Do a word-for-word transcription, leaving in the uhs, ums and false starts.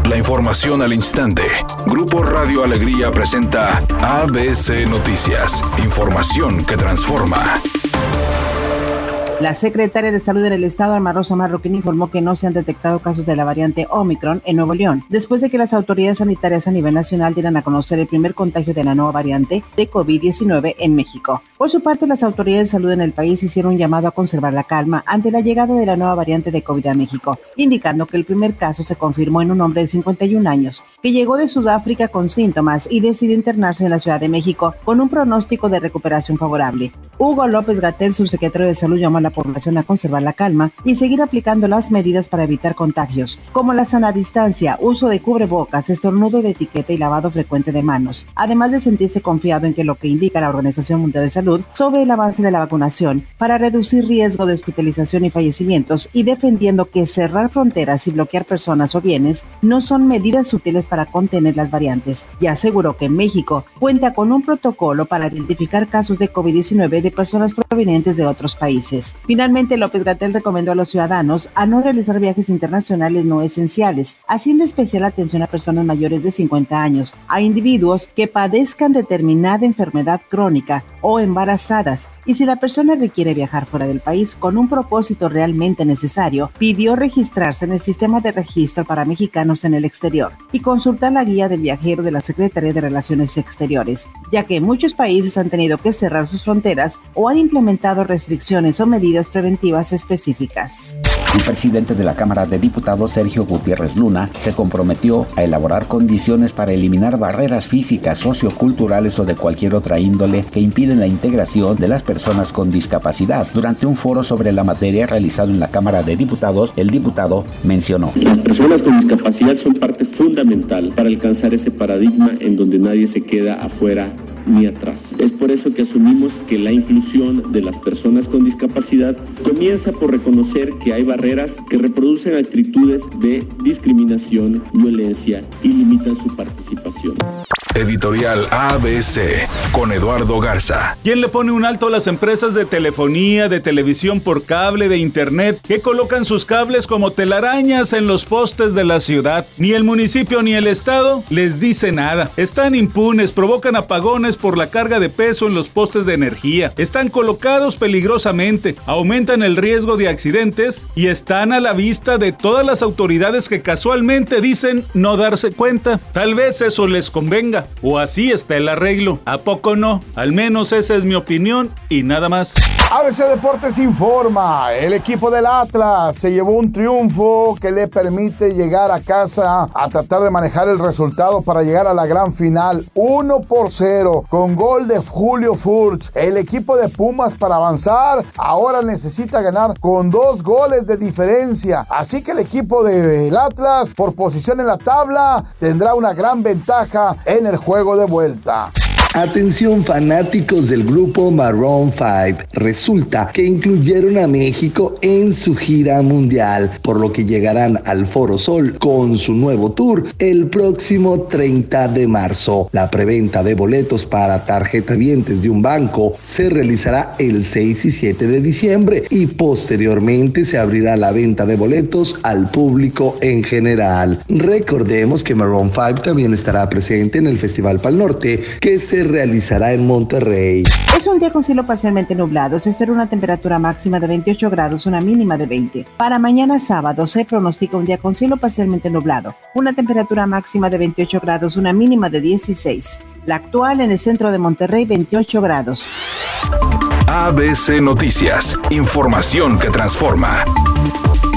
La información al instante. Grupo Radio Alegría presenta A B C Noticias. Información que transforma. La secretaria de Salud en el estado, Alma Rosa Marroquín, informó que no se han detectado casos de la variante Omicron en Nuevo León, después de que las autoridades sanitarias a nivel nacional dieran a conocer el primer contagio de la nueva variante de covid diecinueve en México. Por su parte, las autoridades de salud en el país hicieron un llamado a conservar la calma ante la llegada de la nueva variante de COVID a México, indicando que el primer caso se confirmó en un hombre de cincuenta y un años, que llegó de Sudáfrica con síntomas y decidió internarse en la Ciudad de México con un pronóstico de recuperación favorable. Hugo López-Gatell, subsecretario de Salud, llamó a la población a conservar la calma y seguir aplicando las medidas para evitar contagios, como la sana distancia, uso de cubrebocas, estornudo de etiqueta y lavado frecuente de manos, además de sentirse confiado en que lo que indica la Organización Mundial de Salud sobre el avance de la vacunación para reducir riesgo de hospitalización y fallecimientos, y defendiendo que cerrar fronteras y bloquear personas o bienes no son medidas útiles para contener las variantes, y aseguró que México cuenta con un protocolo para identificar casos de covid diecinueve de personas provenientes de otros países. Finalmente, López-Gatell recomendó a los ciudadanos a no realizar viajes internacionales no esenciales, haciendo especial atención a personas mayores de cincuenta años, a individuos que padezcan determinada enfermedad crónica o embarazadas, y si la persona requiere viajar fuera del país con un propósito realmente necesario, pidió registrarse en el sistema de registro para mexicanos en el exterior y consultar la guía del viajero de la Secretaría de Relaciones Exteriores, ya que muchos países han tenido que cerrar sus fronteras o han implementado restricciones o medidas preventivas específicas. El presidente de la Cámara de Diputados, Sergio Gutiérrez Luna, se comprometió a elaborar condiciones para eliminar barreras físicas, socioculturales o de cualquier otra índole que impiden la integración de las personas con discapacidad. Durante un foro sobre la materia realizado en la Cámara de Diputados, el diputado mencionó: las personas con discapacidad son parte fundamental para alcanzar ese paradigma en donde nadie se queda afuera ni atrás. Es por eso que asumimos que la inclusión de las personas con discapacidad comienza por reconocer que hay barreras que reproducen actitudes de discriminación, violencia y limitan su participación. Editorial A B C con Eduardo Garza. ¿Quién le pone un alto a las empresas de telefonía, de televisión por cable, de internet, que colocan sus cables como telarañas en los postes de la ciudad? Ni el municipio ni el estado les dice nada. Están impunes, provocan apagones por la carga de peso en los postes de energía. Están colocados peligrosamente, aumentan el riesgo de accidentes y están a la vista de todas las autoridades que casualmente dicen no darse cuenta. Tal vez eso les convenga, o así está el arreglo. ¿A poco no? Al menos esa es mi opinión y nada más. A B C Deportes informa, el equipo del Atlas se llevó un triunfo que le permite llegar a casa a tratar de manejar el resultado para llegar a la gran final, uno por cero, con gol de Julio Furch. El equipo de Pumas, para avanzar, ahora necesita ganar con dos goles de diferencia, así que el equipo del Atlas, por posición en la tabla, tendrá una gran ventaja en el juego de vuelta. Atención fanáticos del grupo Maroon cinco, resulta que incluyeron a México en su gira mundial, por lo que llegarán al Foro Sol con su nuevo tour el próximo treinta de marzo. La preventa de boletos para tarjetavientes de un banco se realizará el seis y siete de diciembre y posteriormente se abrirá la venta de boletos al público en general. Recordemos que Maroon cinco también estará presente en el Festival Pal Norte, que se realizará en Monterrey. Es un día con cielo parcialmente nublado. Se espera una temperatura máxima de veintiocho grados, una mínima de veinte. Para mañana sábado se pronostica un día con cielo parcialmente nublado. Una temperatura máxima de veintiocho grados, una mínima de dieciséis. La actual en el centro de Monterrey, veintiocho grados. A B C Noticias. Información que transforma.